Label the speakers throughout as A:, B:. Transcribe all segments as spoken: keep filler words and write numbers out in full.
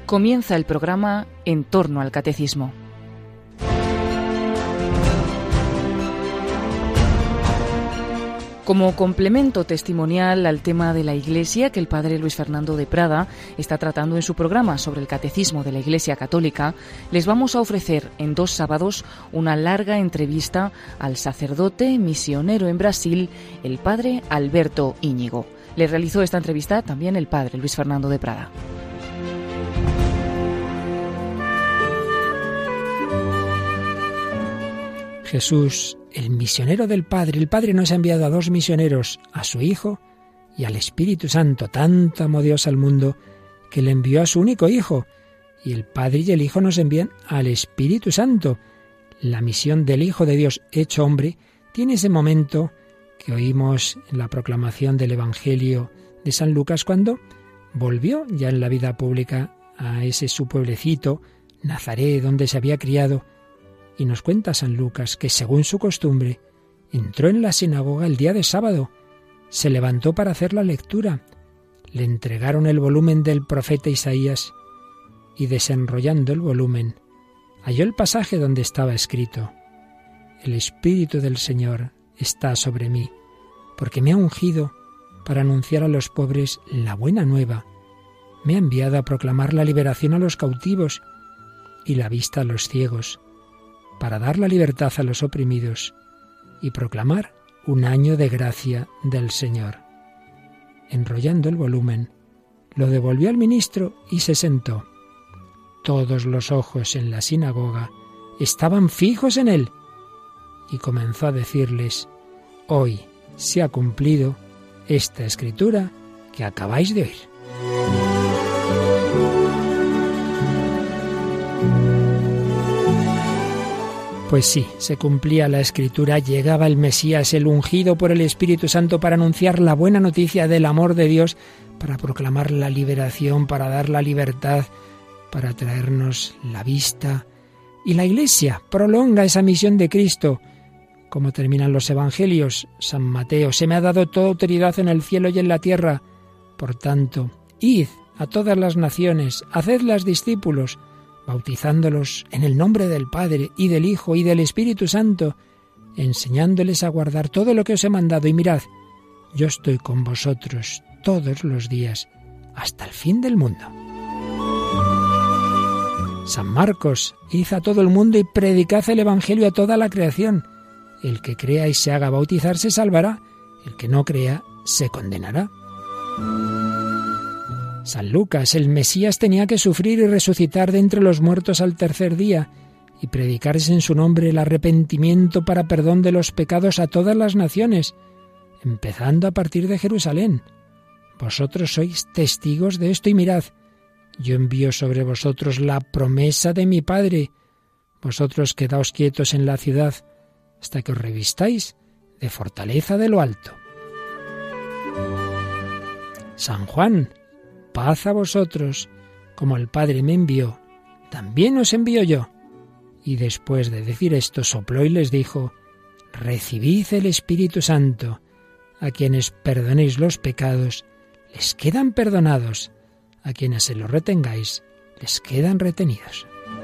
A: Comienza el programa En torno al Catecismo. Como complemento testimonial al tema de la Iglesia que el padre Luis Fernando de Prada está tratando en su programa sobre el Catecismo de la Iglesia Católica, les vamos a ofrecer en dos sábados una larga entrevista al sacerdote misionero en Brasil, el padre Alberto Íñigo. Le realizó esta entrevista también el padre Luis Fernando de Prada.
B: Jesús, el misionero del Padre, el Padre nos ha enviado a dos misioneros, a su Hijo y al Espíritu Santo. Tanto amó Dios al mundo que le envió a su único Hijo. Y el Padre y el Hijo nos envían al Espíritu Santo. La misión del Hijo de Dios hecho hombre tiene ese momento que oímos en la proclamación del Evangelio de San Lucas, cuando volvió ya en la vida pública a ese su pueblecito, Nazaret, donde se había criado. Y nos cuenta San Lucas que, según su costumbre, entró en la sinagoga el día de sábado, se levantó para hacer la lectura, le entregaron el volumen del profeta Isaías y, desenrollando el volumen, halló el pasaje donde estaba escrito: El Espíritu del Señor está sobre mí, porque me ha ungido para anunciar a los pobres la buena nueva, me ha enviado a proclamar la liberación a los cautivos y la vista a los ciegos, para dar la libertad a los oprimidos y proclamar un año de gracia del Señor. Enrollando el volumen, lo devolvió al ministro y se sentó. Todos los ojos en la sinagoga estaban fijos en él, y comenzó a decirles: hoy se ha cumplido esta escritura que acabáis de oír. Pues sí, se cumplía la Escritura, llegaba el Mesías, el ungido por el Espíritu Santo, para anunciar la buena noticia del amor de Dios, para proclamar la liberación, para dar la libertad, para traernos la vista. Y la Iglesia prolonga esa misión de Cristo. Como terminan los Evangelios, San Mateo: se me ha dado toda autoridad en el cielo y en la tierra. Por tanto, id a todas las naciones, hacedlas discípulos, bautizándolos en el nombre del Padre y del Hijo y del Espíritu Santo, enseñándoles a guardar todo lo que os he mandado. Y mirad, yo estoy con vosotros todos los días, hasta el fin del mundo. San Marcos: id a todo el mundo y predicad el Evangelio a toda la creación. El que crea y se haga bautizar se salvará, el que no crea se condenará. San Lucas: el Mesías tenía que sufrir y resucitar de entre los muertos al tercer día, y predicarse en su nombre el arrepentimiento para perdón de los pecados a todas las naciones, empezando a partir de Jerusalén. Vosotros sois testigos de esto, y mirad, yo envío sobre vosotros la promesa de mi Padre. Vosotros quedaos quietos en la ciudad hasta que os revistáis de fortaleza de lo alto. San Juan: paz a vosotros, como el Padre me envió, también os envío yo. Y después de decir esto, sopló y les dijo: recibid el Espíritu Santo. A quienes perdonéis los pecados, les quedan perdonados. A quienes se los retengáis, les quedan retenidos.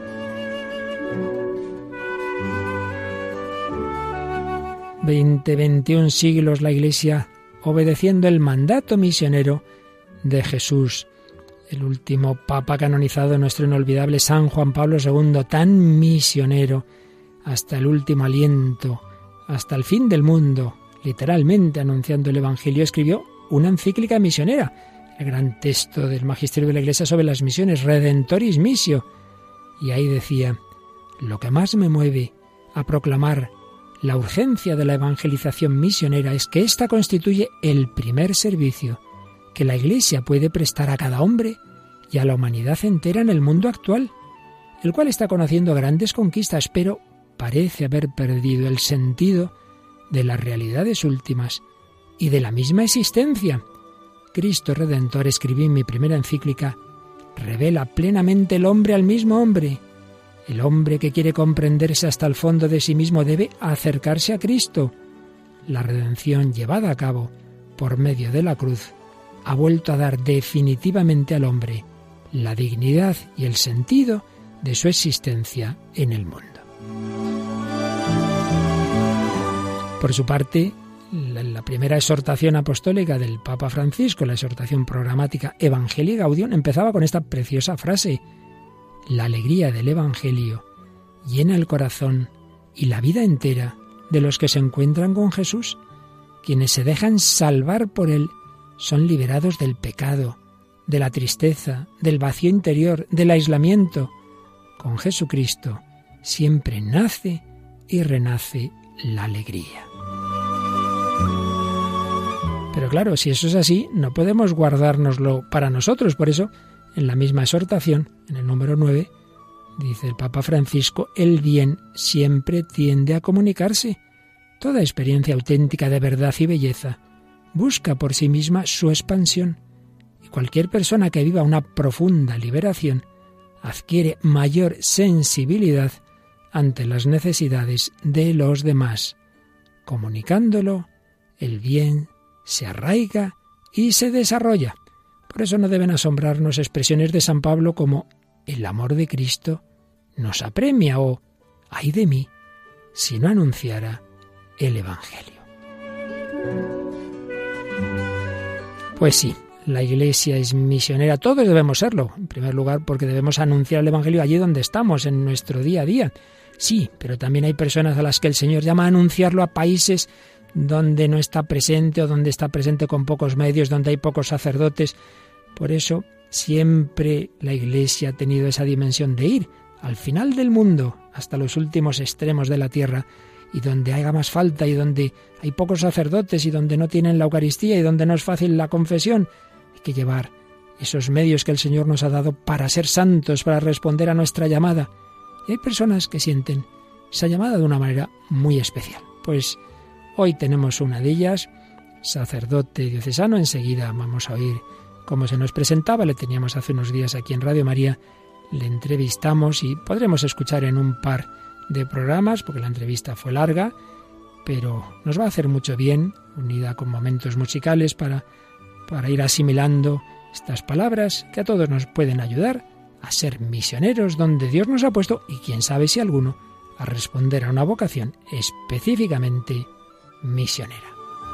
B: Veinte, veintiún siglos la Iglesia obedeciendo el mandato misionero de Jesús. El último papa canonizado, nuestro inolvidable San Juan Pablo segundo, tan misionero hasta el último aliento, hasta el fin del mundo, literalmente anunciando el Evangelio, escribió una encíclica misionera, el gran texto del Magisterio de la Iglesia sobre las misiones, Redentoris Missio. Y ahí decía: lo que más me mueve a proclamar la urgencia de la evangelización misionera es que ésta constituye el primer servicio que la Iglesia puede prestar a cada hombre y a la humanidad entera en el mundo actual, el cual está conociendo grandes conquistas, pero parece haber perdido el sentido de las realidades últimas y de la misma existencia. Cristo Redentor, escribí en mi primera encíclica, revela plenamente el hombre al mismo hombre. El hombre que quiere comprenderse hasta el fondo de sí mismo debe acercarse a Cristo. La redención llevada a cabo por medio de la cruz ha vuelto a dar definitivamente al hombre la dignidad y el sentido de su existencia en el mundo. Por su parte, la primera exhortación apostólica del Papa Francisco, la exhortación programática Evangelii Gaudium, empezaba con esta preciosa frase: la alegría del Evangelio llena el corazón y la vida entera de los que se encuentran con Jesús. Quienes se dejan salvar por Él son liberados del pecado, de la tristeza, del vacío interior, del aislamiento. Con Jesucristo siempre nace y renace la alegría. Pero claro, si eso es así, no podemos guardárnoslo para nosotros. Por eso, en la misma exhortación, en el número nueve, dice el Papa Francisco: el bien siempre tiende a comunicarse. Toda experiencia auténtica de verdad y belleza busca por sí misma su expansión. Y cualquier persona que viva una profunda liberación adquiere mayor sensibilidad ante las necesidades de los demás. Comunicándolo, el bien se arraiga y se desarrolla. Por eso no deben asombrarnos expresiones de San Pablo como «el amor de Cristo nos apremia» o «ay de mí si no anunciara el Evangelio». Pues sí, la Iglesia es misionera, todos debemos serlo. En primer lugar, porque debemos anunciar el Evangelio allí donde estamos, en nuestro día a día. Sí, pero también hay personas a las que el Señor llama a anunciarlo a países donde no está presente o donde está presente con pocos medios, donde hay pocos sacerdotes. Por eso siempre la Iglesia ha tenido esa dimensión de ir al final del mundo, hasta los últimos extremos de la tierra, y donde haga más falta y donde hay pocos sacerdotes y donde no tienen la Eucaristía y donde no es fácil la confesión. Hay que llevar esos medios que el Señor nos ha dado para ser santos, para responder a nuestra llamada. Y hay personas que sienten esa llamada de una manera muy especial. Pues hoy tenemos una de ellas, sacerdote diocesano. Enseguida vamos a oír cómo se nos presentaba. Le teníamos hace unos días aquí en Radio María. Le entrevistamos y podremos escuchar en un par de programas, porque la entrevista fue larga, pero nos va a hacer mucho bien, unida con momentos musicales para, para ir asimilando estas palabras que a todos nos pueden ayudar a ser misioneros donde Dios nos ha puesto, y quién sabe si alguno a responder a una vocación específicamente misionera.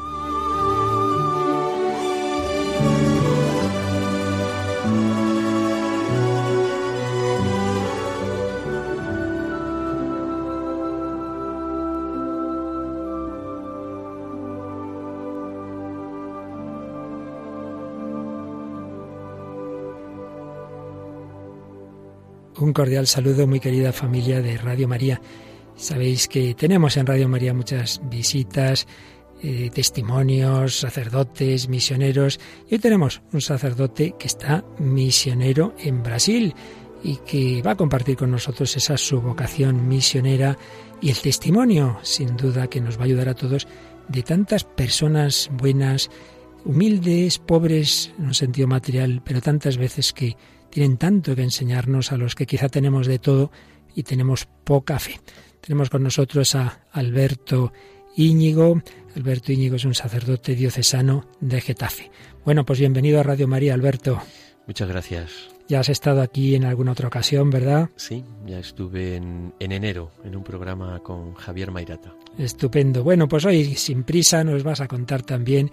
B: Un cordial saludo, muy querida familia de Radio María. Sabéis que tenemos en Radio María muchas visitas, eh, testimonios, sacerdotes, misioneros. Y hoy tenemos un sacerdote que está misionero en Brasil y que va a compartir con nosotros esa su vocación misionera y el testimonio, sin duda, que nos va a ayudar a todos, de tantas personas buenas, humildes, pobres en un sentido material, pero tantas veces que tienen tanto que enseñarnos a los que quizá tenemos de todo y tenemos poca fe. Tenemos con nosotros a Alberto Íñigo. Alberto Íñigo es un sacerdote diocesano de Getafe. Bueno, pues bienvenido a Radio María, Alberto.
C: Muchas gracias.
B: Ya has estado aquí en alguna otra ocasión, ¿verdad?
C: Sí, ya estuve en, en enero en un programa con Javier Mairata.
B: Estupendo. Bueno, pues hoy sin prisa nos vas a contar también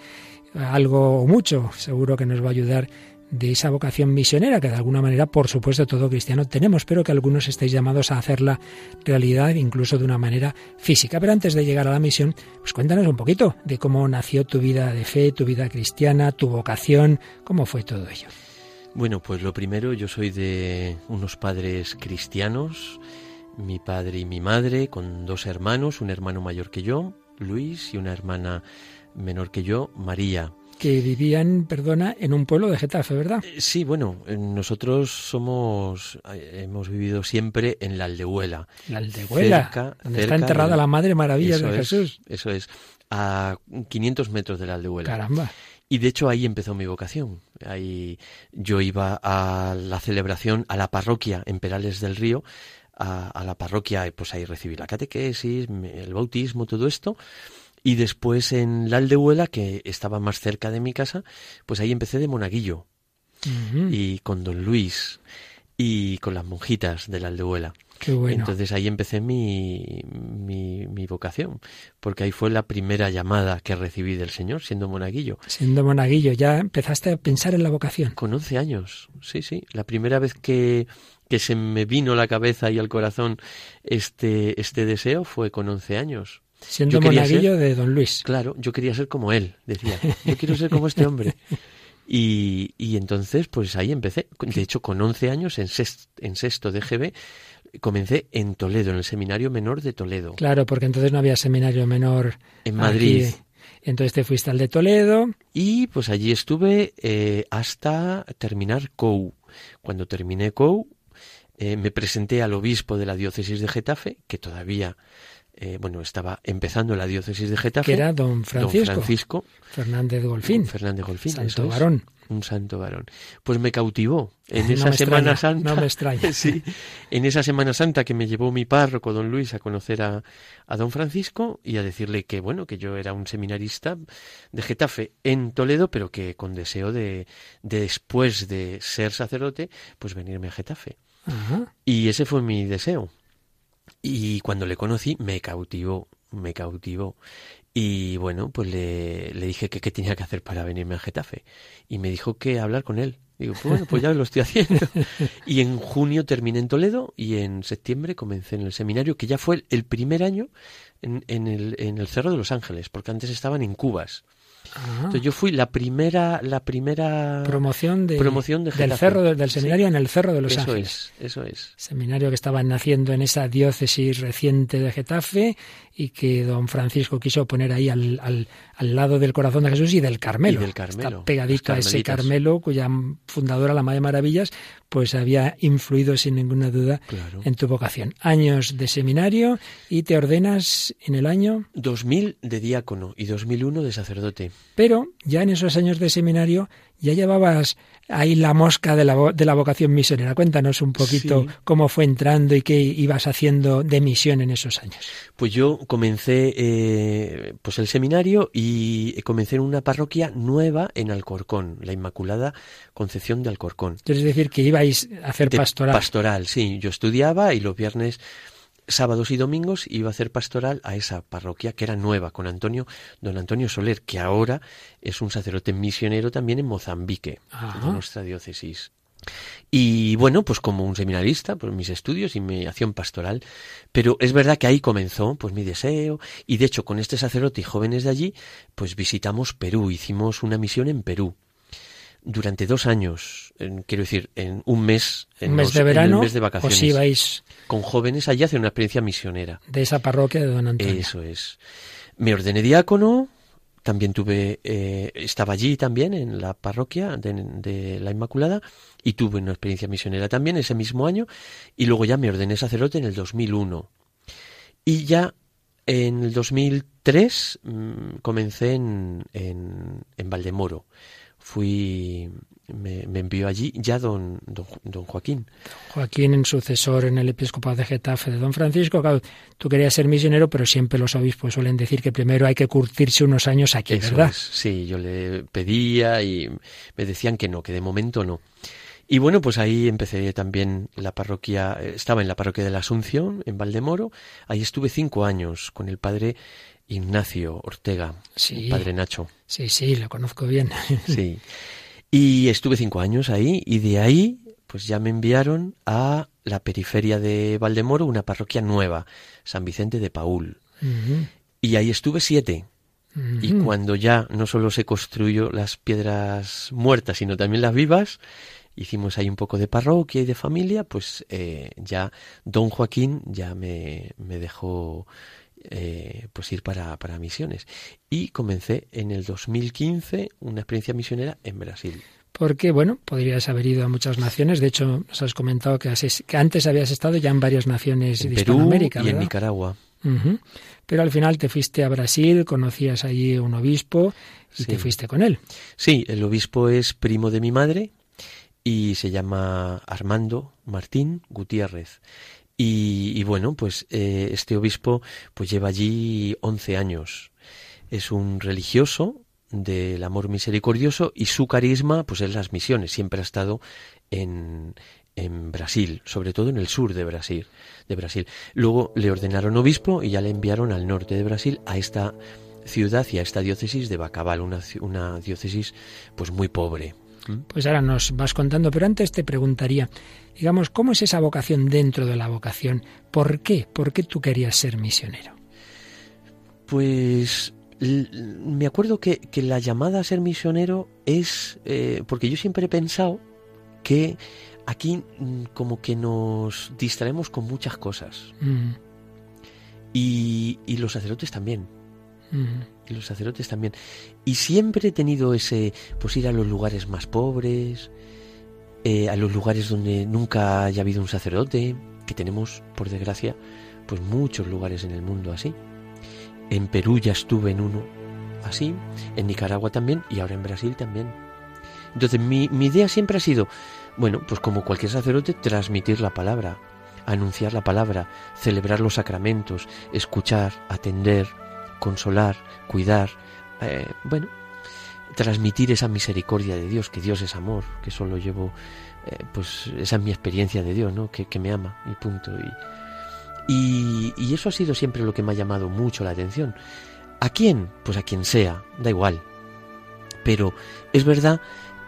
B: algo o mucho, seguro que nos va a ayudar, de esa vocación misionera que de alguna manera, por supuesto, todo cristiano tenemos, pero que algunos estáis llamados a hacerla realidad, incluso de una manera física. Pero antes de llegar a la misión, pues cuéntanos un poquito de cómo nació tu vida de fe, tu vida cristiana, tu vocación, cómo fue todo ello.
C: Bueno, pues lo primero, yo soy de unos padres cristianos, mi padre y mi madre, con dos hermanos, un hermano mayor que yo, Luis, y una hermana menor que yo, María.
B: Que vivían, perdona, en un pueblo de Getafe, ¿verdad?
C: Sí, bueno, nosotros somos, hemos vivido siempre en la Aldehuela.
B: La Aldehuela, cerca, donde cerca está enterrada de, la Madre Maravilla de Jesús.
C: Es, eso es, a quinientos metros de la Aldehuela.
B: Caramba.
C: Y de hecho ahí empezó mi vocación. Ahí yo iba a la celebración, a la parroquia en Perales del Río, a, a la parroquia, pues ahí recibí la catequesis, el bautismo, todo esto. Y después en la Aldehuela, que estaba más cerca de mi casa, pues ahí empecé de monaguillo. uh-huh. y con don Luis y con las monjitas de la Aldehuela.
B: Qué bueno.
C: Entonces ahí empecé mi, mi, mi vocación, porque ahí fue la primera llamada que recibí del Señor, siendo monaguillo.
B: Siendo monaguillo, ya empezaste a pensar en la vocación.
C: Con once años, sí, sí. La primera vez que, que se me vino a la cabeza y al corazón este, este deseo fue con once años.
B: Siendo monaguillo ser, de don Luis.
C: Claro, yo quería ser como él, decía. Yo quiero ser como este hombre. Y, y entonces, pues ahí empecé. De hecho, con once años, en sexto, en sexto de G B, comencé en Toledo, en el Seminario Menor de Toledo.
B: Claro, porque entonces no había seminario menor
C: en Madrid.
B: Aquí. Entonces te fuiste al de Toledo.
C: Y pues allí estuve eh, hasta terminar C O U. Cuando terminé C O U, eh, me presenté al obispo de la diócesis de Getafe, que todavía... Eh, bueno, estaba empezando la diócesis de Getafe.
B: Que era don Francisco.
C: Don Francisco
B: Fernández Golfín.
C: Fernández Golfín,
B: santo
C: eso es,
B: varón.
C: Un santo varón. Pues me cautivó en esa
B: no me
C: Semana
B: extraña,
C: Santa.
B: No me extraña.
C: Sí, en esa Semana Santa que me llevó mi párroco, don Luis, a conocer a, a don Francisco y a decirle que, bueno, que yo era un seminarista de Getafe en Toledo, pero que con deseo de, de después de ser sacerdote, pues venirme a Getafe.
B: Ajá.
C: Y ese fue mi deseo. Y cuando le conocí, me cautivó, me cautivó. Y bueno, pues le, le dije que qué tenía que hacer para venirme a Getafe. Y me dijo que hablar con él. Digo, pues bueno, pues ya lo estoy haciendo. Y en junio terminé en Toledo y en septiembre comencé en el seminario, que ya fue el primer año en, en, el, en el Cerro de los Ángeles, porque antes estaban en Cubas.
B: Ah.
C: Entonces yo fui la primera la primera
B: promoción, de,
C: promoción de
B: del cerro de, del seminario sí. en el Cerro de los
C: eso
B: Ángeles.
C: Eso es, eso es.
B: Seminario que estaba naciendo en esa diócesis reciente de Getafe y que don Francisco quiso poner ahí al, al, al lado del Corazón de Jesús y del Carmelo.
C: Y del Carmelo.
B: Está pegadito a ese Carmelo cuya fundadora, la Madre Maravillas, pues había influido sin ninguna duda
C: claro.
B: en tu vocación. Años de seminario y te ordenas en el año
C: dos mil de diácono y dos mil uno de sacerdote.
B: Pero ya en esos años de seminario ya llevabas ahí la mosca de la, vo- de la vocación misionera. Cuéntanos un poquito
C: sí.
B: cómo fue entrando y qué ibas haciendo de misión en esos años.
C: Pues yo comencé eh, pues el seminario y comencé en una parroquia nueva en Alcorcón, la Inmaculada Concepción de Alcorcón.
B: Es decir, que ibais a hacer
C: de
B: pastoral.
C: Pastoral, sí. Yo estudiaba y los viernes, sábados y domingos iba a hacer pastoral a esa parroquia que era nueva, con Antonio, don Antonio Soler, que ahora es un sacerdote misionero también en Mozambique,
B: Ajá.
C: de nuestra diócesis. Y bueno, pues como un seminarista, pues mis estudios y mi acción pastoral, pero es verdad que ahí comenzó pues mi deseo, y de hecho con este sacerdote y jóvenes de allí, pues visitamos Perú, hicimos una misión en Perú. Durante dos años, en, quiero decir, en un mes, en,
B: un mes
C: los,
B: de verano,
C: en el mes de vacaciones,
B: os ibais
C: con jóvenes allí a hacer una experiencia misionera.
B: De esa parroquia de don Antonio.
C: Eso es. Me ordené diácono, también tuve, eh, estaba allí también en la parroquia de, de la Inmaculada y tuve una experiencia misionera también ese mismo año y luego ya me ordené sacerdote en el dos mil uno. Y ya en el dos mil tres mmm, comencé en, en, en Valdemoro. Fui, me, me envió allí ya don, don, don Joaquín.
B: Joaquín, en sucesor en el episcopado de Getafe de don Francisco. Claro, tú querías ser misionero, pero siempre los obispos suelen decir que primero hay que curtirse unos años aquí,
C: Eso
B: ¿verdad?
C: Es, sí, yo le pedía y me decían que no, que de momento no. Y bueno, pues ahí empecé también la parroquia, estaba en la parroquia de la Asunción, en Valdemoro. Ahí estuve cinco años con el padre Ignacio Ortega,
B: sí,
C: el padre Nacho.
B: Sí, sí, lo conozco bien.
C: Sí. Y estuve cinco años ahí y de ahí pues ya me enviaron a la periferia de Valdemoro, una parroquia nueva, San Vicente de Paúl.
B: Uh-huh.
C: Y ahí estuve siete.
B: Uh-huh.
C: Y cuando ya no solo se construyó las piedras muertas, sino también las vivas, hicimos ahí un poco de parroquia y de familia, pues eh, ya don Joaquín ya me, me dejó eh, pues ir para, para misiones. Y comencé en el dos mil quince una experiencia misionera en Brasil.
B: Porque, bueno, podrías haber ido a muchas naciones. De hecho, nos has comentado que, has, que antes habías estado ya en varias naciones
C: en
B: de
C: Perú
B: Hispanoamérica,
C: y
B: ¿verdad?
C: en Nicaragua.
B: Uh-huh. Pero al final te fuiste a Brasil, conocías allí un obispo y
C: sí.
B: te fuiste con él.
C: Sí, el obispo es primo de mi madre y se llama Armando Martín Gutiérrez. Y, y bueno, pues eh, este obispo pues lleva allí once años. Es un religioso del amor misericordioso, y su carisma pues es las misiones. Siempre ha estado en, en Brasil, sobre todo en el sur de Brasil, de Brasil. Luego le ordenaron obispo y ya le enviaron al norte de Brasil, a esta ciudad y a esta diócesis de Bacabal, una, una diócesis pues muy pobre.
B: Pues ahora nos vas contando, pero antes te preguntaría, digamos, ¿cómo es esa vocación dentro de la vocación? ¿Por qué? ¿Por qué tú querías ser misionero?
C: Pues me acuerdo que, que la llamada a ser misionero es, eh, porque yo siempre he pensado que aquí como que nos distraemos con muchas cosas. Mm. Y, y los sacerdotes también. Mm. Y los sacerdotes también. Y siempre he tenido ese, pues ir a los lugares más pobres, eh, a los lugares donde nunca haya habido un sacerdote, que tenemos, por desgracia, pues muchos lugares en el mundo así. En Perú ya estuve en uno así, en Nicaragua también, y ahora en Brasil también. Entonces mi, mi idea siempre ha sido, bueno, pues como cualquier sacerdote, transmitir la palabra, anunciar la palabra, celebrar los sacramentos, escuchar, atender, consolar, cuidar, eh, bueno, transmitir esa misericordia de Dios, que Dios es amor, que eso lo llevo, eh, pues esa es mi experiencia de Dios, ¿no? Que, que me ama, y punto. Y, y, y eso ha sido siempre lo que me ha llamado mucho la atención. ¿A quién? Pues a quien sea, da igual. Pero es verdad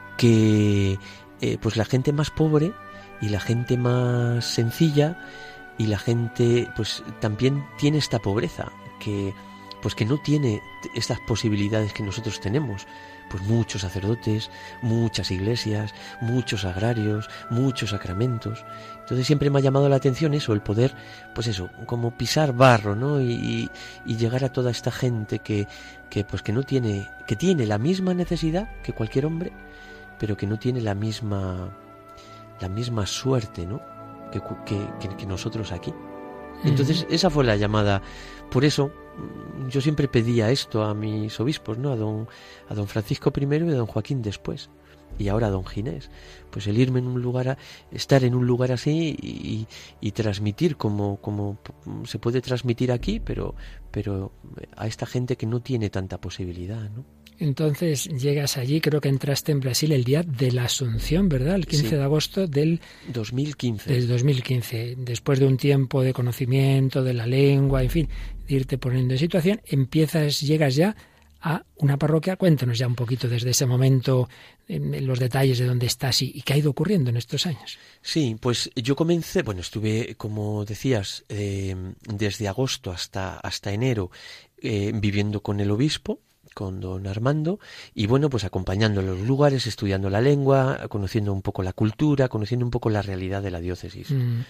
C: que eh, pues la gente más pobre y la gente más sencilla y la gente pues también tiene esta pobreza, que pues que no tiene estas posibilidades que nosotros tenemos. Pues muchos sacerdotes, muchas iglesias, muchos agrarios, muchos sacramentos. Entonces siempre me ha llamado la atención eso, el poder, pues eso, como pisar barro, ¿no? Y, y, y llegar a toda esta gente que, que pues que no tiene, que tiene la misma necesidad que cualquier hombre, pero que no tiene la misma, la misma suerte, ¿no? Que, que, que nosotros aquí. Entonces esa fue la llamada. Por eso yo siempre pedía esto a mis obispos, ¿no? A don, a don Francisco primero y a don Joaquín después, y ahora a don Ginés, pues el irme en un lugar, a, estar en un lugar así y, y transmitir como, como se puede transmitir aquí, pero, pero a esta gente que no tiene tanta posibilidad, ¿no?
B: Entonces llegas allí, creo que entraste en Brasil el día de la Asunción, ¿verdad? El quince sí. de agosto del
C: dos mil quince.
B: Del dos mil quince. Después de un tiempo de conocimiento de la lengua, en fin, de irte poniendo en situación, empiezas, llegas ya a una parroquia. Cuéntanos ya un poquito desde ese momento, en los detalles de dónde estás y, y qué ha ido ocurriendo en estos años.
C: Sí, pues yo comencé, bueno, estuve, como decías, eh, desde agosto hasta, hasta enero eh, viviendo con el obispo, con don Armando, y bueno, pues acompañando los lugares, estudiando la lengua, conociendo un poco la cultura, conociendo un poco la realidad de la diócesis. Mm.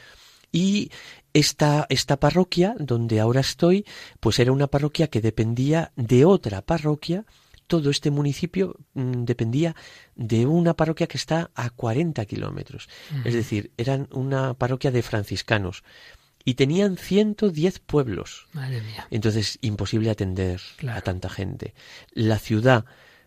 C: Y esta, esta parroquia, donde ahora estoy, pues era una parroquia que dependía de otra parroquia. Todo este municipio mmm, dependía de una parroquia que está a cuarenta kilómetros. Mm. Es decir, eran una parroquia de franciscanos. Y tenían ciento diez pueblos.
B: Madre mía.
C: Entonces, imposible atender claro. a tanta gente. La ciudad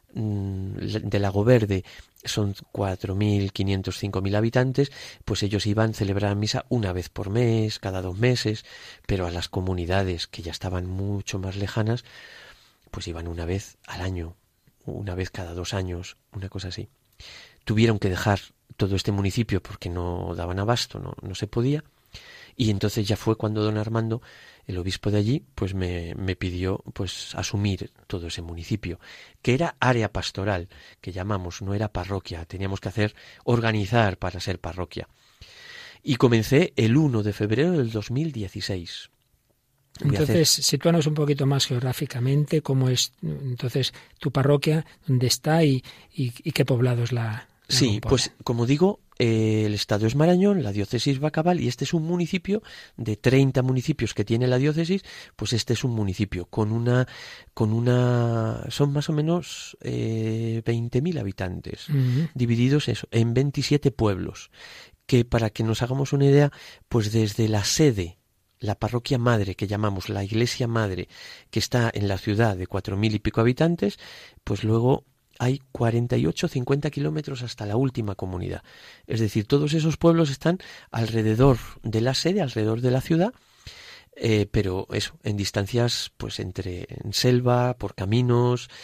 C: mmm, de Lago Verde son cuatro mil quinientos, cinco mil habitantes, pues ellos iban a celebrar misa una vez por mes, cada dos meses, pero a las comunidades que ya estaban mucho más lejanas, pues iban una vez al año, una vez cada dos años, una cosa así. Tuvieron que dejar todo este municipio porque no daban abasto, no, no se podía. Y entonces ya fue cuando don Armando, el obispo de allí, pues me, me pidió pues asumir todo ese municipio, que era área pastoral, que llamamos, no era parroquia, teníamos que hacer, organizar para ser parroquia. Y comencé el uno de febrero del dos mil dieciséis.
B: Entonces, sitúanos un poquito más geográficamente, cómo es entonces tu parroquia, dónde está y, y, y qué poblados la...
C: Sí, pues como digo, eh, el estado es Marañón, la diócesis Bacabal, y este es un municipio de treinta municipios que tiene la diócesis, pues este es un municipio con una, con una, son más o menos eh, veinte mil habitantes, uh-huh. divididos eso, en veintisiete pueblos, que para que nos hagamos una idea, pues desde la sede, la parroquia madre, que llamamos la iglesia madre, que está en la ciudad de cuatro mil y pico habitantes, pues luego hay cuarenta y ocho, cincuenta kilómetros hasta la última comunidad. Es decir, todos esos pueblos están alrededor de la sede, alrededor de la ciudad, eh, pero eso, en distancias, pues entre en selva, por caminos,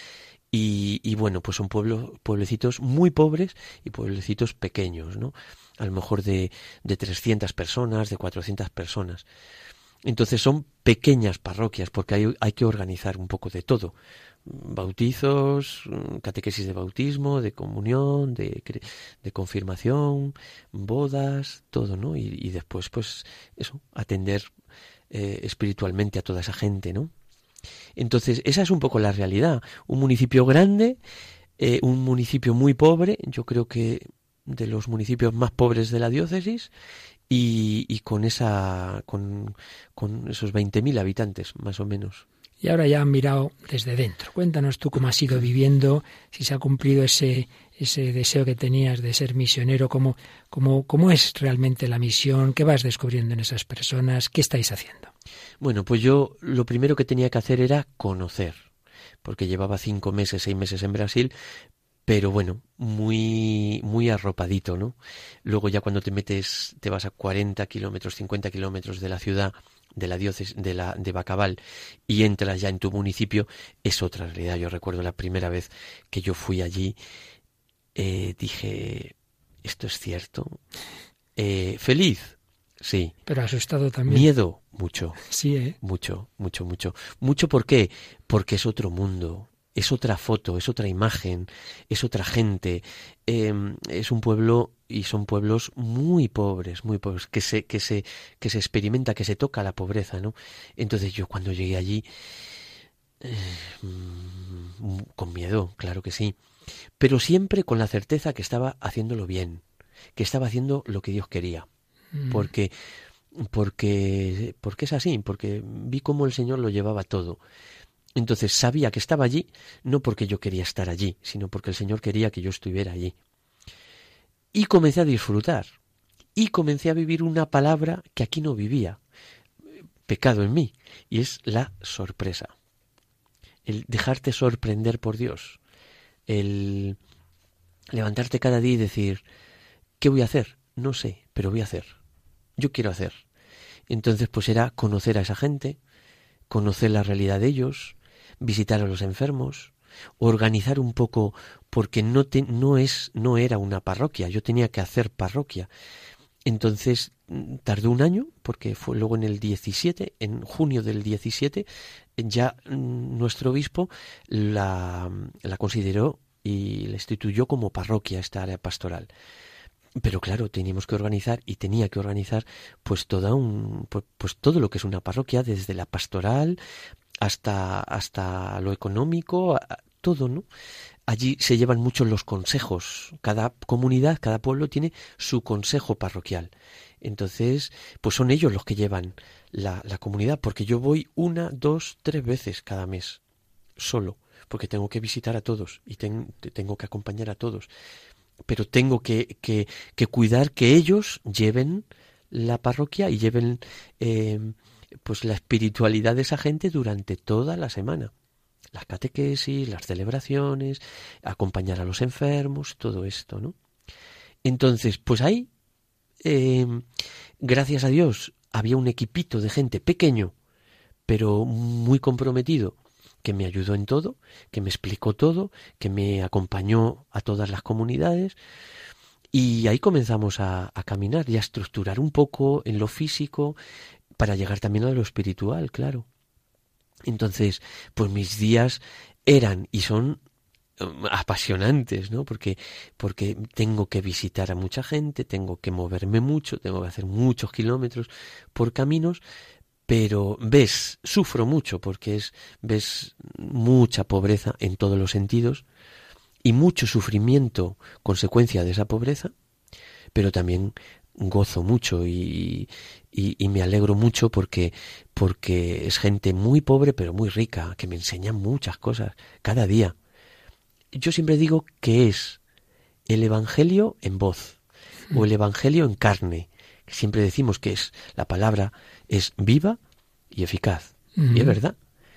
C: Y, y bueno, pues son pueblos, pueblecitos muy pobres y pueblecitos pequeños, ¿no? A lo mejor de, de trescientas personas, de cuatrocientas personas. Entonces son pequeñas parroquias porque hay, hay que organizar un poco de todo. Bautizos, catequesis de bautismo, de comunión, de, de confirmación, bodas, todo, ¿no? Y, y después, pues, eso, atender eh, espiritualmente a toda esa gente, ¿no? Entonces, esa es un poco la realidad. Un municipio grande, eh, un municipio muy pobre, yo creo que de los municipios más pobres de la diócesis, y, y con esa con, con esos veinte mil habitantes, más o menos.
B: Y ahora ya han mirado desde dentro. Cuéntanos tú cómo has ido viviendo, si se ha cumplido ese ese deseo que tenías de ser misionero, cómo, cómo, cómo es realmente la misión, qué vas descubriendo en esas personas, qué estáis haciendo.
C: Bueno, pues yo lo primero que tenía que hacer era conocer, porque llevaba cinco meses, seis meses en Brasil, pero bueno, muy muy arropadito, ¿no? Luego ya cuando te metes, te vas a cuarenta kilómetros, cincuenta kilómetros de la ciudad, de la diócesis, de la de Bacabal, y entras ya en tu municipio, es otra realidad. Yo recuerdo la primera vez que yo fui allí, eh, dije, ¿esto es cierto? Eh, feliz, sí.
B: Pero asustado también.
C: Miedo, mucho.
B: Sí, ¿eh?
C: Mucho, mucho, mucho. Mucho, ¿por qué? Porque es otro mundo. Es otra foto, es otra imagen, es otra gente, eh, es un pueblo y son pueblos muy pobres, muy pobres, que se, que se, que se experimenta, que se toca la pobreza, ¿no? Entonces yo cuando llegué allí, eh, con miedo, claro que sí, pero siempre con la certeza que estaba haciéndolo bien, que estaba haciendo lo que Dios quería, mm. porque, porque, porque es así, porque vi cómo el Señor lo llevaba todo. Entonces sabía que estaba allí, no porque yo quería estar allí, sino porque el Señor quería que yo estuviera allí. Y comencé a disfrutar. Y comencé a vivir una palabra que aquí no vivía. Pecado en mí. Y es la sorpresa. El dejarte sorprender por Dios. El levantarte cada día y decir, ¿qué voy a hacer? No sé, pero voy a hacer. Yo quiero hacer. Entonces pues era conocer a esa gente, conocer la realidad de ellos, visitar a los enfermos, organizar un poco, porque no te, no es no era una parroquia, yo tenía que hacer parroquia. Entonces tardó un año, porque fue luego en el diecisiete, en junio del diecisiete, ya nuestro obispo la, la consideró y la instituyó como parroquia, esta área pastoral. Pero claro, teníamos que organizar y tenía que organizar pues toda un pues, pues todo lo que es una parroquia, desde la pastoral hasta hasta lo económico, todo, ¿no? Allí se llevan mucho los consejos. Cada comunidad, cada pueblo tiene su consejo parroquial. Entonces, pues son ellos los que llevan la, la comunidad, porque yo voy una, dos, tres veces cada mes, solo, porque tengo que visitar a todos y ten, tengo que acompañar a todos. Pero tengo que, que, que cuidar que ellos lleven la parroquia y lleven eh, pues la espiritualidad de esa gente durante toda la semana. Las catequesis, las celebraciones, acompañar a los enfermos, todo esto, ¿no? Entonces, pues ahí, eh, gracias a Dios, había un equipito de gente pequeño, pero muy comprometido, que me ayudó en todo, que me explicó todo, que me acompañó a todas las comunidades, y ahí comenzamos a, a caminar y a estructurar un poco en lo físico para llegar también a lo espiritual, claro. Entonces, pues mis días eran y son apasionantes, ¿no? Porque, porque tengo que visitar a mucha gente, tengo que moverme mucho, tengo que hacer muchos kilómetros por caminos, pero ves, sufro mucho porque es ves mucha pobreza en todos los sentidos y mucho sufrimiento consecuencia de esa pobreza, pero también gozo mucho y, y, y me alegro mucho porque, porque es gente muy pobre pero muy rica, que me enseña muchas cosas cada día. Yo siempre digo que es el Evangelio en voz o el Evangelio en carne. Siempre decimos que es la palabra es viva y eficaz. Uh-huh. Y es verdad.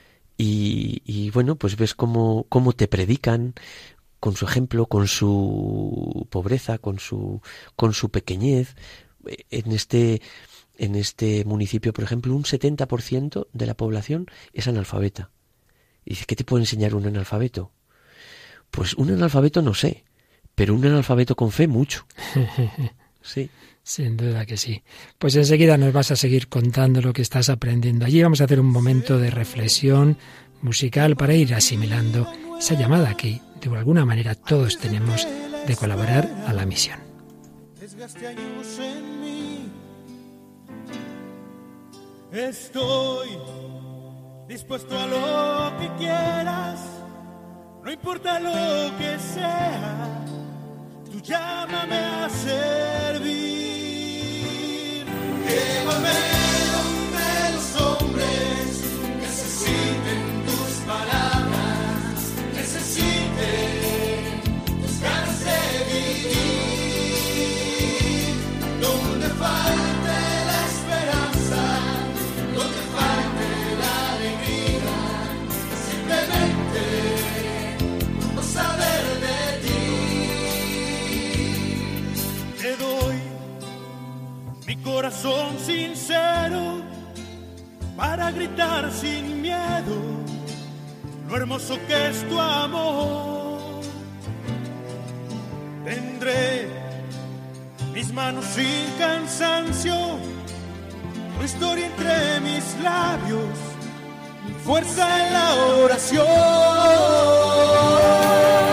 C: Y, y bueno, pues ves cómo, cómo te predican con su ejemplo, con su pobreza, con su, con su pequeñez. En este, en este municipio, por ejemplo, un setenta por ciento de la población es analfabeta. Y dice, ¿qué te puede enseñar un analfabeto? Pues un analfabeto no sé, pero un analfabeto con fe mucho. Sí.
B: Sin duda que sí. Pues enseguida nos vas a seguir contando lo que estás aprendiendo allí. Vamos a hacer un momento de reflexión musical para ir asimilando esa llamada que de alguna manera todos tenemos de colaborar a la misión.
D: Desgaste años en mí. Estoy dispuesto a lo que quieras, no importa lo que sea, tú llámame a servir. Llévame donde los hombres necesiten tus palabras, necesiten tus ganas de vivir, donde falte la esperanza, donde falte la alegría, simplemente no saber de ti. Te doy mi corazón sincero para gritar sin miedo lo hermoso que es tu amor. Tendré mis manos sin cansancio, tu historia entre mis labios, mi fuerza en la oración.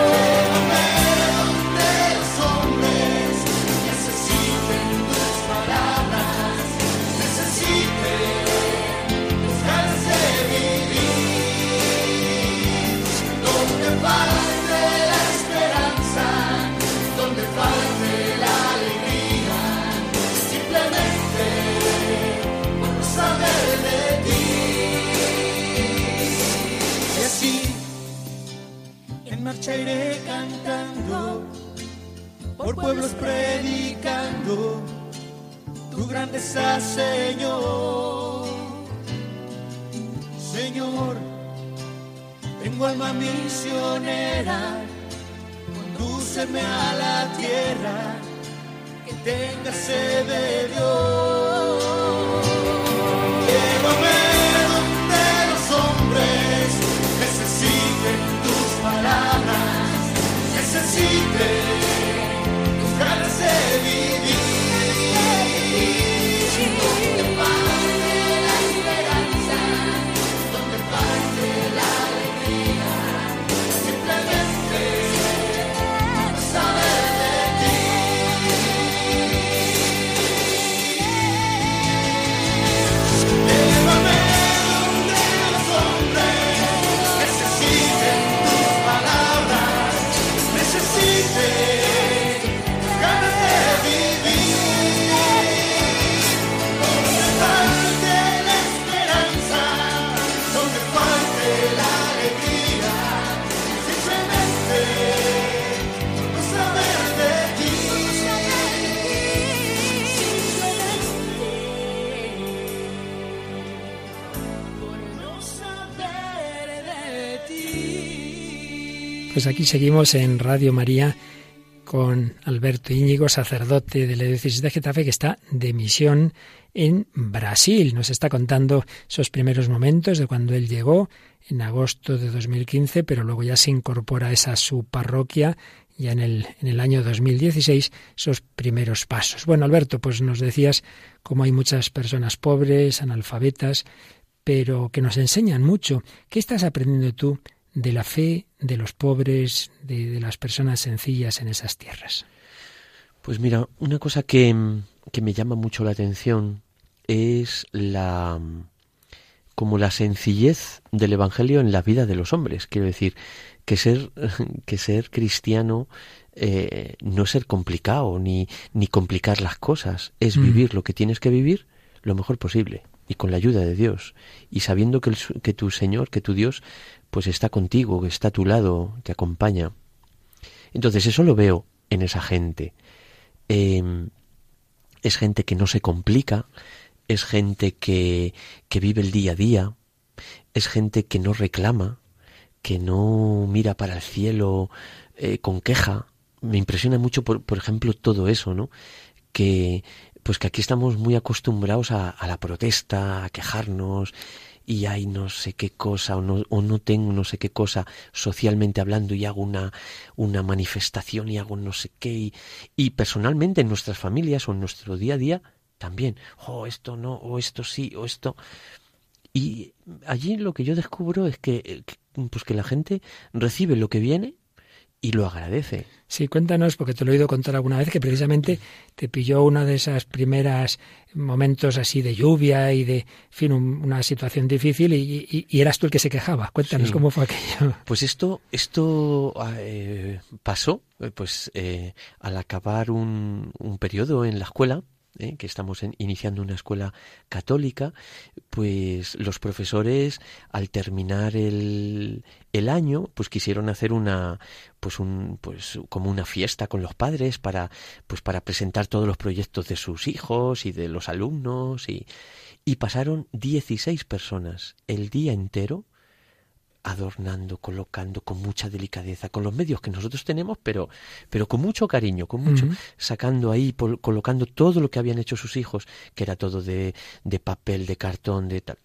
D: Marcha iré cantando, por pueblos predicando tu grandeza, Señor. Señor, tengo alma misionera, condúceme a la tierra que tenga sed de Dios. Llévame donde los hombres necesiten tus palabras, necesiten tus ganas de vivir, donde falte la esperanza, donde falte la alegría, simplemente no saber de ti. Llévame donde los hombres necesiten tus palabras, necesiten ganas de vivir, donde falte la esperanza, donde falte la alegría, simplemente no saber de ti, por no saber de ti.
B: Pues aquí seguimos en Radio María con Alberto Íñigo, sacerdote de la diócesis de Getafe, que está de misión en Brasil. Nos está contando esos primeros momentos de cuando él llegó en agosto de dos mil quince, pero luego ya se incorpora a esa su parroquia ya en el, en el año dos mil dieciséis, esos primeros pasos. Bueno, Alberto, pues nos decías cómo hay muchas personas pobres, analfabetas, pero que nos enseñan mucho. ¿Qué estás aprendiendo tú de la fe de los pobres, de, de las personas sencillas en esas tierras?
C: Pues mira, una cosa que, que me llama mucho la atención es la como la sencillez del Evangelio en la vida de los hombres. Quiero decir, que ser, que ser cristiano eh, no es ser complicado ni, ni complicar las cosas, es mm. vivir lo que tienes que vivir lo mejor posible y con la ayuda de Dios y sabiendo que, el, que tu Señor, que tu Dios pues está contigo, que está a tu lado, te acompaña. Entonces eso lo veo en esa gente. Eh, es gente que no se complica, es gente que, que vive el día a día, es gente que no reclama, que no mira para el cielo eh, con queja. Me impresiona mucho, por, por ejemplo, todo eso, ¿no? Que pues que aquí estamos muy acostumbrados a, a la protesta, a quejarnos, y hay no sé qué cosa, o no, o no tengo no sé qué cosa socialmente hablando y hago una, una manifestación y hago no sé qué, y, y personalmente en nuestras familias o en nuestro día a día también, oh, esto no, o esto sí, o esto... Y allí lo que yo descubro es que, pues que la gente recibe lo que viene y lo agradece.
B: Sí, cuéntanos, porque te lo he oído contar alguna vez, que precisamente te pilló una de esas primeras momentos así de lluvia y de, en fin, un, una situación difícil y, y, y eras tú el que se quejaba. Cuéntanos sí. cómo fue aquello.
C: Pues esto, esto eh, pasó, pues eh, al acabar un, un periodo en la escuela, ¿Eh? que estamos en, iniciando una escuela católica, pues los profesores al terminar el, el año pues quisieron hacer una pues un pues como una fiesta con los padres para pues para presentar todos los proyectos de sus hijos y de los alumnos y, y pasaron dieciséis personas el día entero adornando, colocando con mucha delicadeza, con los medios que nosotros tenemos, pero pero con mucho cariño, con mucho, uh-huh. sacando ahí, por, colocando todo lo que habían hecho sus hijos, que era todo de, de papel, de cartón, de tal.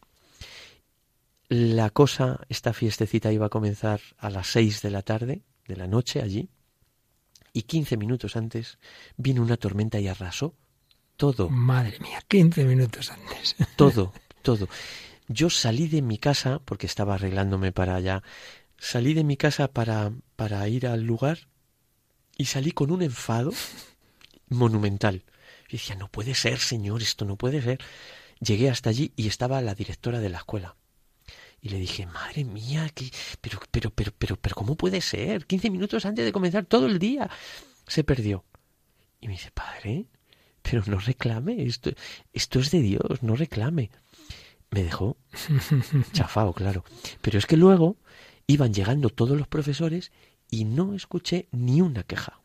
C: La cosa, esta fiestecita iba a comenzar a las seis de la tarde, de la noche allí, y quince minutos antes vino una tormenta y arrasó todo.
B: Madre mía, quince minutos antes.
C: Todo, todo. Yo salí de mi casa, porque estaba arreglándome para allá, salí de mi casa para, para ir al lugar y salí con un enfado monumental. Yo decía, no puede ser, señor, esto no puede ser. Llegué hasta allí y estaba la directora de la escuela. Y le dije, madre mía, ¿qué? pero, pero, pero, pero, pero, ¿cómo puede ser? quince minutos antes de comenzar todo el día. Se perdió. Y me dice, padre, pero no reclame, esto, esto es de Dios, no reclame. Me dejó chafao, claro. Pero es que luego iban llegando todos los profesores y no escuché ni una queja.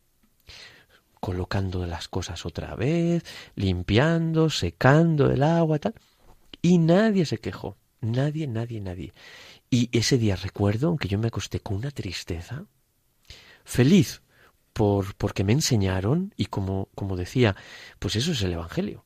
C: Colocando las cosas otra vez, limpiando, secando el agua, tal. Y nadie se quejó. Nadie, nadie, nadie. Y ese día recuerdo, aunque yo me acosté con una tristeza, feliz por porque me enseñaron y como, como decía, pues eso es el Evangelio.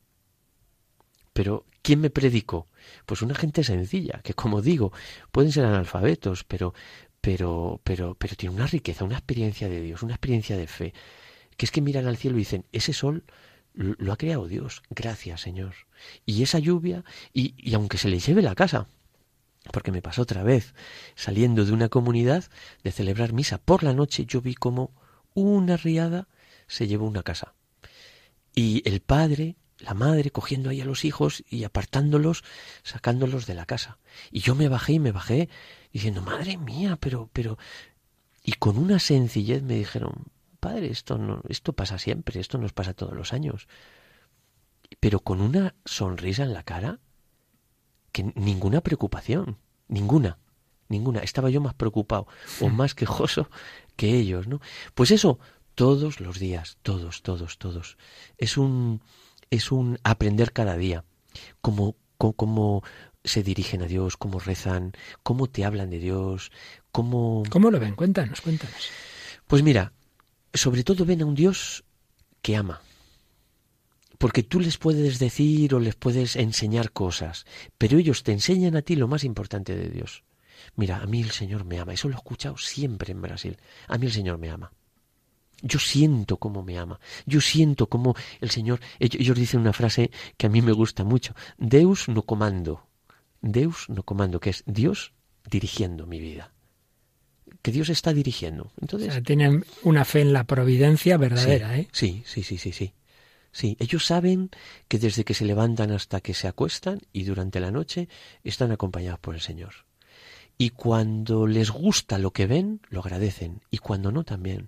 C: Pero ¿quién me predicó? Pues una gente sencilla, que como digo, pueden ser analfabetos, pero, pero, pero, pero tiene una riqueza, una experiencia de Dios, una experiencia de fe, que es que miran al cielo y dicen, ese sol lo ha creado Dios, gracias Señor. Y esa lluvia, y, y aunque se les lleve la casa, porque me pasó otra vez, saliendo de una comunidad de celebrar misa por la noche, yo vi como una riada se llevó una casa. Y el padre, la madre, cogiendo ahí a los hijos y apartándolos, sacándolos de la casa. Y yo me bajé y me bajé diciendo, madre mía, pero, pero... Y con una sencillez me dijeron, padre, esto no, esto pasa siempre, esto nos pasa todos los años. Pero con una sonrisa en la cara, que ninguna preocupación, ninguna, ninguna. Estaba yo más preocupado o más quejoso que ellos, ¿no? Pues eso, todos los días, todos, todos, todos. Es un... Es un aprender cada día, cómo, cómo, cómo se dirigen a Dios, cómo rezan, cómo te hablan de Dios, cómo...
B: ¿Cómo lo ven? Cuéntanos, cuéntanos.
C: Pues mira, sobre todo ven a un Dios que ama. Porque tú les puedes decir o les puedes enseñar cosas, pero ellos te enseñan a ti lo más importante de Dios. Mira, a mí el Señor me ama. Eso lo he escuchado siempre en Brasil. A mí el Señor me ama. Yo siento cómo me ama. Yo siento cómo el Señor... Ellos, ellos dicen una frase que a mí me gusta mucho. Deus no comando. Deus no comando, que es Dios dirigiendo mi vida. Que Dios está dirigiendo. Entonces,
B: o sea, tienen una fe en la providencia verdadera,
C: sí,
B: ¿eh?
C: Sí, sí, sí, sí, sí. Sí, ellos saben que desde que se levantan hasta que se acuestan y durante la noche están acompañados por el Señor. Y cuando les gusta lo que ven, lo agradecen. Y cuando no, también.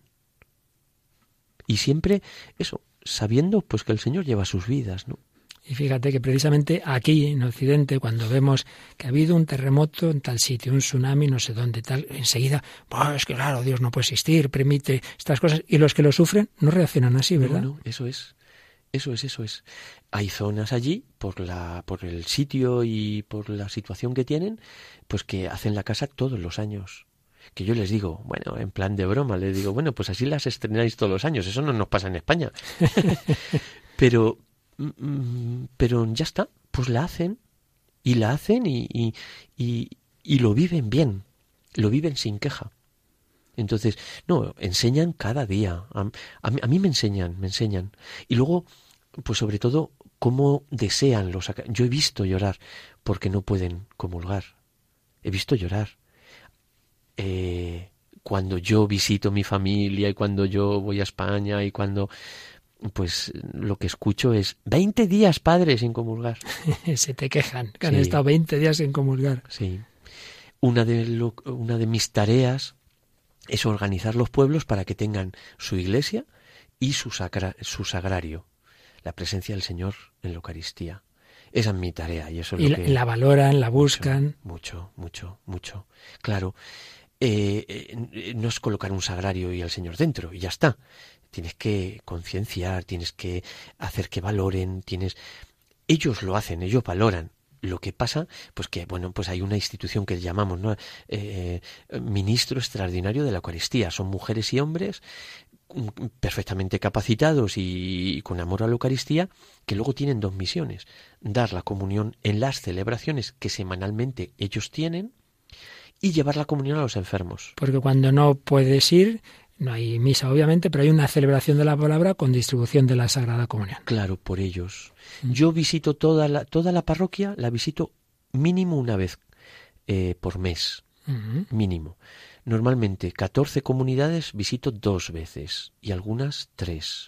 C: Y siempre, eso, sabiendo pues que el Señor lleva sus vidas, ¿no?
B: Y fíjate que precisamente aquí en Occidente, cuando vemos que ha habido un terremoto en tal sitio, un tsunami, no sé dónde, tal, enseguida, pues es que claro, Dios no puede existir, permite estas cosas, y los que lo sufren no reaccionan así, ¿verdad?
C: No, no, eso es, eso es, eso es. Hay zonas allí, por la, por el sitio y por la situación que tienen, pues que hacen la casa todos los años. Que yo les digo, bueno, en plan de broma, les digo, bueno, pues así las estrenáis todos los años, eso no nos pasa en España. pero, pero ya está, pues la hacen y la hacen y, y, y, y lo viven bien, lo viven sin queja. Entonces, no, enseñan cada día. A, a, mí, a mí me enseñan, me enseñan. Y luego, pues sobre todo, cómo desean los... Yo he visto llorar porque no pueden comulgar. He visto llorar. Eh, cuando yo visito mi familia y cuando yo voy a España y cuando... Pues lo que escucho es veinte días, padre, sin comulgar.
B: Se te quejan, que
C: Sí.
B: han estado veinte días sin comulgar.
C: Sí. Una de, lo, una de mis tareas es organizar los pueblos para que tengan su iglesia y su, sacra, su sagrario, la presencia del Señor en la Eucaristía. Esa es mi tarea y eso es
B: Y
C: lo
B: la,
C: que...
B: la valoran, la buscan.
C: Mucho, mucho, mucho, mucho. Claro, eh, eh, no es colocar un sagrario y al Señor dentro y ya está. Tienes que concienciar, tienes que hacer que valoren, tienes... Ellos lo hacen, ellos valoran. Lo que pasa, pues que, bueno, pues hay una institución que llamamos, ¿no? Eh, ministro extraordinario de la Eucaristía. Son mujeres y hombres perfectamente capacitados y, y con amor a la Eucaristía, que luego tienen dos misiones. Dar la comunión en las celebraciones que semanalmente ellos tienen y llevar la comunión a los enfermos.
B: Porque cuando no puedes ir, no hay misa obviamente, pero hay una celebración de la palabra con distribución de la Sagrada Comunión.
C: Claro, por ellos. Yo visito toda la, toda la parroquia, la visito mínimo una vez eh, por mes,
B: Uh-huh.
C: mínimo. Normalmente catorce comunidades visito dos veces y algunas tres.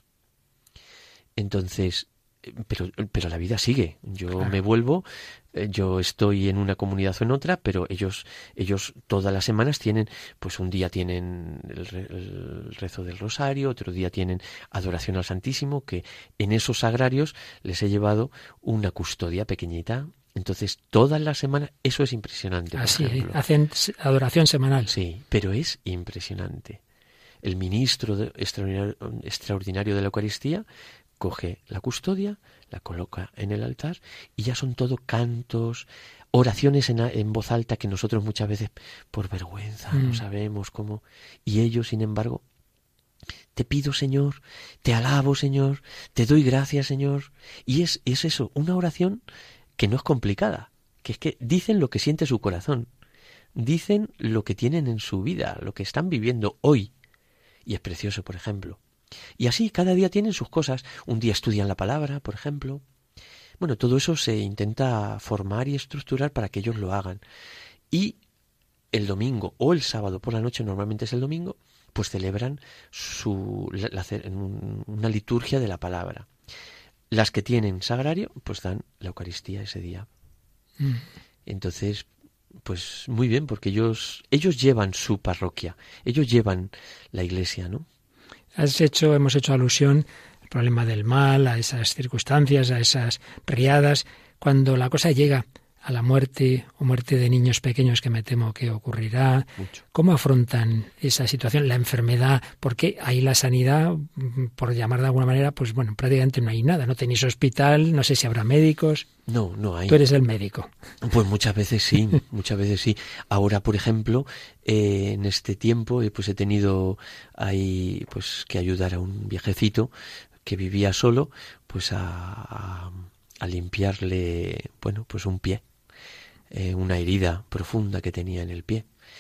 C: Entonces, pero, pero la vida sigue. Yo
B: Claro.
C: me vuelvo, eh, yo estoy en una comunidad o en otra, pero ellos, ellos todas las semanas tienen, pues un día tienen el, re, el rezo del rosario, otro día tienen adoración al Santísimo, que en esos sagrarios les he llevado una custodia pequeñita. Entonces, todas las semanas, eso es impresionante. Por
B: Así,
C: ejemplo.
B: hacen adoración semanal.
C: Sí, pero es impresionante. El ministro de, extraordinario, extraordinario de la Eucaristía coge la custodia, la coloca en el altar y ya son todo cantos, oraciones en, en voz alta que nosotros muchas veces por vergüenza mm. no sabemos cómo. Y ellos, sin embargo, te pido, Señor, te alabo, Señor, te doy gracias, Señor. Y es, es eso, una oración que no es complicada, que es que dicen lo que siente su corazón, dicen lo que tienen en su vida, lo que están viviendo hoy. Y es precioso, por ejemplo. Y así cada día tienen sus cosas. Un día estudian la palabra, por ejemplo. Bueno, todo eso se intenta formar y estructurar para que ellos lo hagan. Y el domingo o el sábado por la noche, normalmente es el domingo, pues celebran su, la, la, una liturgia de la palabra. Las que tienen sagrario, pues dan la Eucaristía ese día. Mm. Entonces, pues muy bien, porque ellos, ellos llevan su parroquia, ellos llevan la iglesia, ¿no?
B: Has hecho, hemos hecho alusión al problema del mal, a esas circunstancias, a esas riadas, cuando la cosa llega a la muerte o muerte de niños pequeños, que me temo que ocurrirá.
C: Mucho.
B: ¿Cómo afrontan esa situación, la enfermedad? Porque ahí la sanidad, por llamar de alguna manera, pues bueno, prácticamente no hay nada. No tenéis hospital, no sé si habrá médicos.
C: No, no hay.
B: Tú eres el médico.
C: Pues muchas veces sí, muchas veces sí. Ahora, por ejemplo, eh, en este tiempo, eh, pues he tenido ahí pues que ayudar a un viejecito que vivía solo, pues a, a, a limpiarle, bueno, pues un pie. Eh, una herida profunda que tenía en el pie.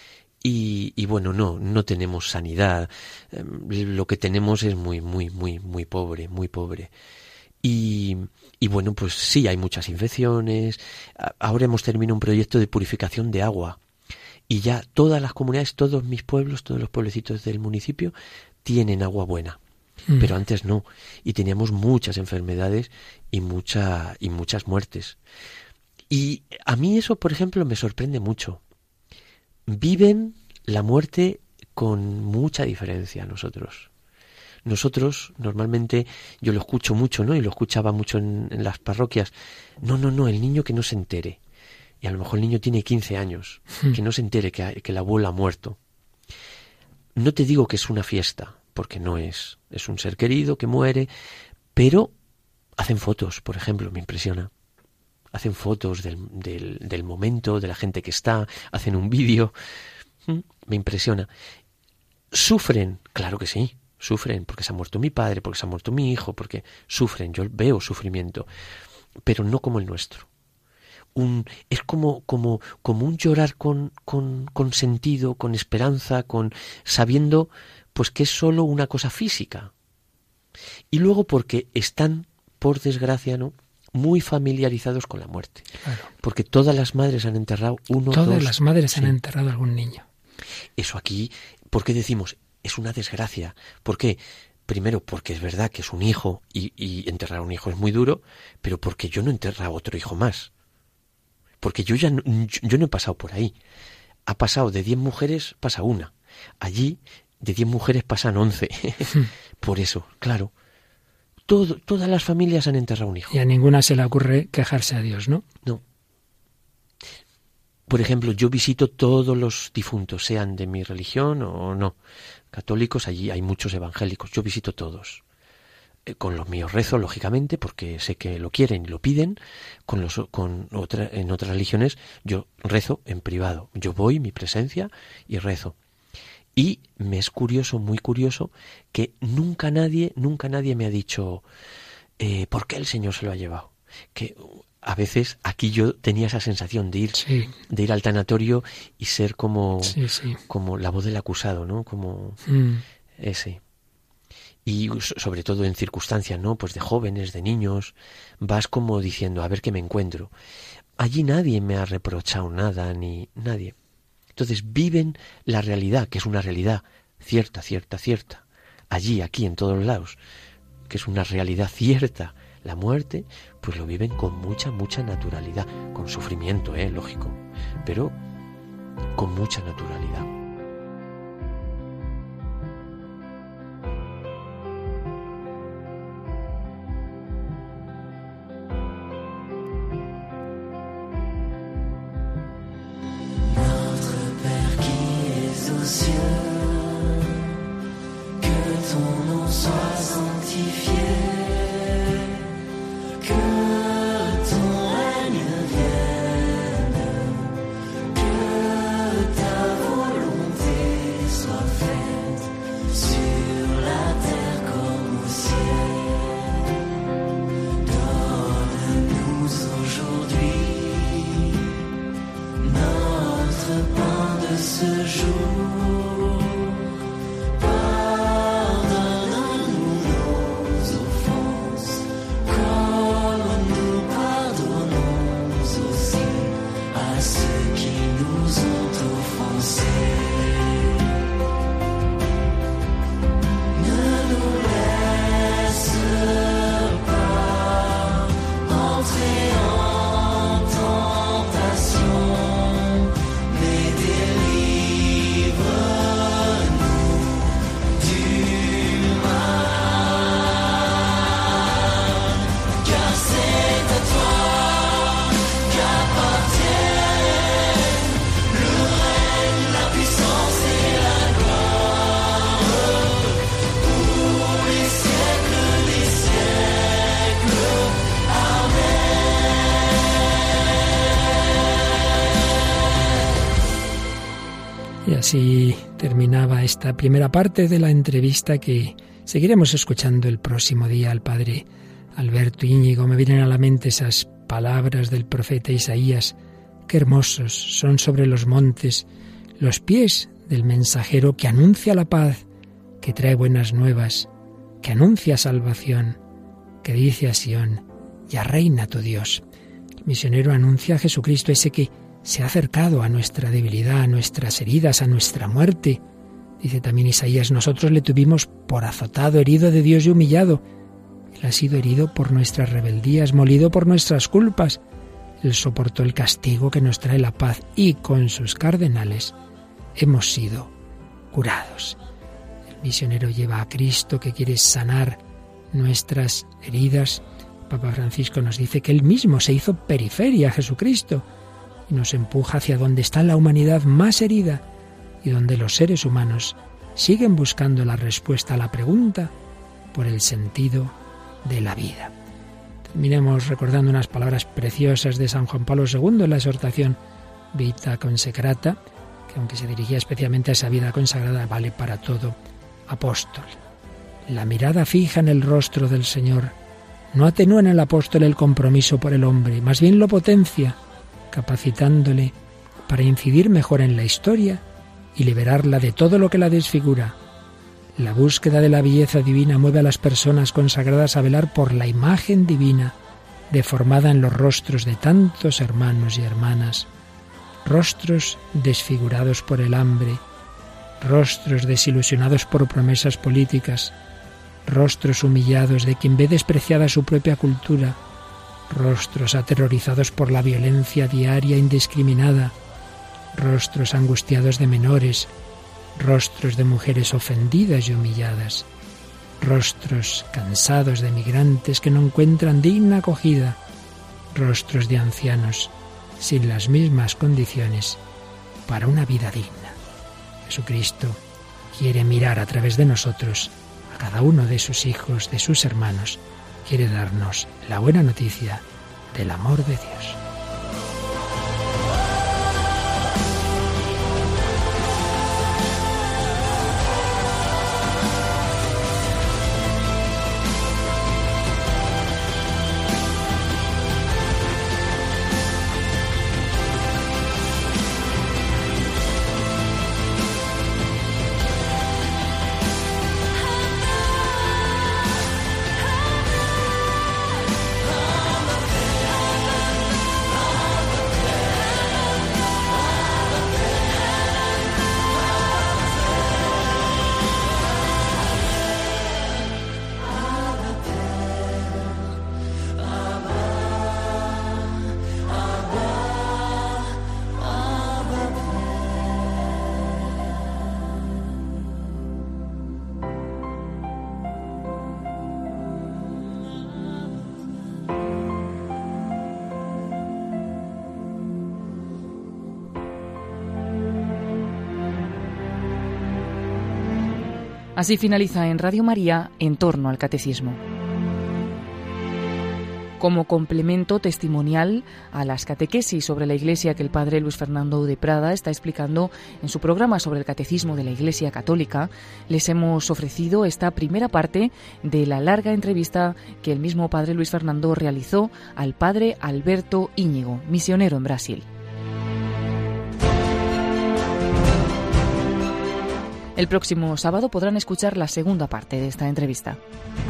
C: Y, y bueno, no, no tenemos sanidad. Eh, lo que tenemos es muy, muy, muy, muy pobre, muy pobre. Y, y bueno, pues sí, hay muchas infecciones. Ahora hemos terminado un proyecto de purificación de agua. Y ya todas las comunidades, todos mis pueblos, todos los pueblecitos del municipio tienen agua buena. Mm. Pero antes no. Y teníamos muchas enfermedades y, mucha, y muchas muertes. Y a mí eso, por ejemplo, me sorprende mucho. Viven la muerte con mucha diferencia a nosotros. Nosotros, normalmente, yo lo escucho mucho, ¿no? Y lo escuchaba mucho en, en las parroquias. No, no, no, el niño que no se entere. Y a lo mejor el niño tiene quince años. Hmm. Que no se entere que, que el abuelo ha muerto. No te digo que es una fiesta, porque no es. Es un ser querido que muere, pero hacen fotos, por ejemplo, me impresiona. Hacen fotos del, del, del momento, de la gente que está, hacen un vídeo. Me impresiona. ¿Sufren? Claro que sí, sufren, porque se ha muerto mi padre, porque se ha muerto mi hijo, porque sufren, yo veo sufrimiento, pero no como el nuestro. un es como como como un llorar con con con sentido, con esperanza, con sabiendo pues que es solo una cosa física. Y luego porque están, por desgracia, ¿no?, muy familiarizados con la muerte.
B: Claro.
C: Porque todas las madres han enterrado uno,
B: Todas
C: dos,
B: las madres
C: sí.
B: han enterrado algún niño.
C: Eso aquí, ¿por qué decimos? Es una desgracia. ¿Por qué? Primero, porque es verdad que es un hijo y, y enterrar a un hijo es muy duro, pero porque yo no he enterrado a otro hijo más. Porque yo ya no, yo no he pasado por ahí. Ha pasado de diez mujeres, pasa una. Allí, de diez mujeres pasan once. Por eso, claro. Todo, todas las familias han enterrado un hijo.
B: Y a ninguna se le ocurre quejarse a Dios, ¿no?
C: No. Por ejemplo, yo visito todos los difuntos, sean de mi religión o no. Católicos, allí hay muchos evangélicos, yo visito todos. Eh, con los míos rezo, lógicamente, porque sé que lo quieren y lo piden. Con los, con otra, en otras religiones yo rezo en privado. Yo voy, mi presencia, y rezo. Y me es curioso, muy curioso, que nunca nadie, nunca nadie me ha dicho eh, ¿por qué el Señor se lo ha llevado? Que a veces aquí yo tenía esa sensación de ir,
B: sí.
C: de ir al tanatorio y ser como,
B: sí, sí.
C: como la voz del acusado, ¿no? Como
B: mm.
C: ese. Y sobre todo en circunstancias, ¿no? Pues de jóvenes, de niños, vas como diciendo, a ver qué me encuentro. Allí nadie me ha reprochado nada, ni nadie. Entonces viven la realidad, que es una realidad cierta, cierta, cierta. Allí, aquí, en todos lados, que es una realidad cierta. La muerte, pues lo viven con mucha, mucha naturalidad. Con sufrimiento, eh, lógico, pero con mucha naturalidad.
B: Y así terminaba esta primera parte de la entrevista que seguiremos escuchando el próximo día al padre Alberto Íñigo. Me vienen a la mente esas palabras del profeta Isaías. Qué hermosos son sobre los montes los pies del mensajero que anuncia la paz, que trae buenas nuevas, que anuncia salvación, que dice a Sión, ya reina tu Dios. El misionero anuncia a Jesucristo, ese que se ha acercado a nuestra debilidad, a nuestras heridas, a nuestra muerte. Dice también Isaías, nosotros le tuvimos por azotado, herido de Dios y humillado. Él ha sido herido por nuestras rebeldías, molido por nuestras culpas. Él soportó el castigo que nos trae la paz y con sus cardenales hemos sido curados. El misionero lleva a Cristo que quiere sanar nuestras heridas. Papa Francisco nos dice que él mismo se hizo periferia a Jesucristo y nos empuja hacia donde está la humanidad más herida y donde los seres humanos siguen buscando la respuesta a la pregunta por el sentido de la vida. Terminemos recordando unas palabras preciosas de San Juan Pablo segundo en la exhortación Vita Consecrata, que aunque se dirigía especialmente a esa vida consagrada, vale para todo apóstol. La mirada fija en el rostro del Señor no atenúa en el apóstol el compromiso por el hombre, más bien lo potencia, capacitándole para incidir mejor en la historia y liberarla de todo lo que la desfigura. La búsqueda de la belleza divina mueve a las personas consagradas a velar por la imagen divina, deformada en los rostros de tantos hermanos y hermanas, rostros desfigurados por el hambre, rostros desilusionados por promesas políticas, rostros humillados de quien ve despreciada su propia cultura, rostros aterrorizados por la violencia diaria indiscriminada, rostros angustiados de menores, rostros de mujeres ofendidas y humilladas, rostros cansados de migrantes que no encuentran digna acogida, rostros de ancianos sin las mismas condiciones para una vida digna. Jesucristo quiere mirar a través de nosotros a cada uno de sus hijos, de sus hermanos, quiere darnos la buena noticia del amor de Dios.
A: Así finaliza en Radio María En torno al Catecismo. Como complemento testimonial a las catequesis sobre la Iglesia que el padre Luis Fernando de Prada está explicando en su programa sobre el Catecismo de la Iglesia Católica, les hemos ofrecido esta primera parte de la larga entrevista que el mismo padre Luis Fernando realizó al padre Alberto Íñigo, misionero en Brasil. El próximo sábado podrán escuchar la segunda parte de esta entrevista.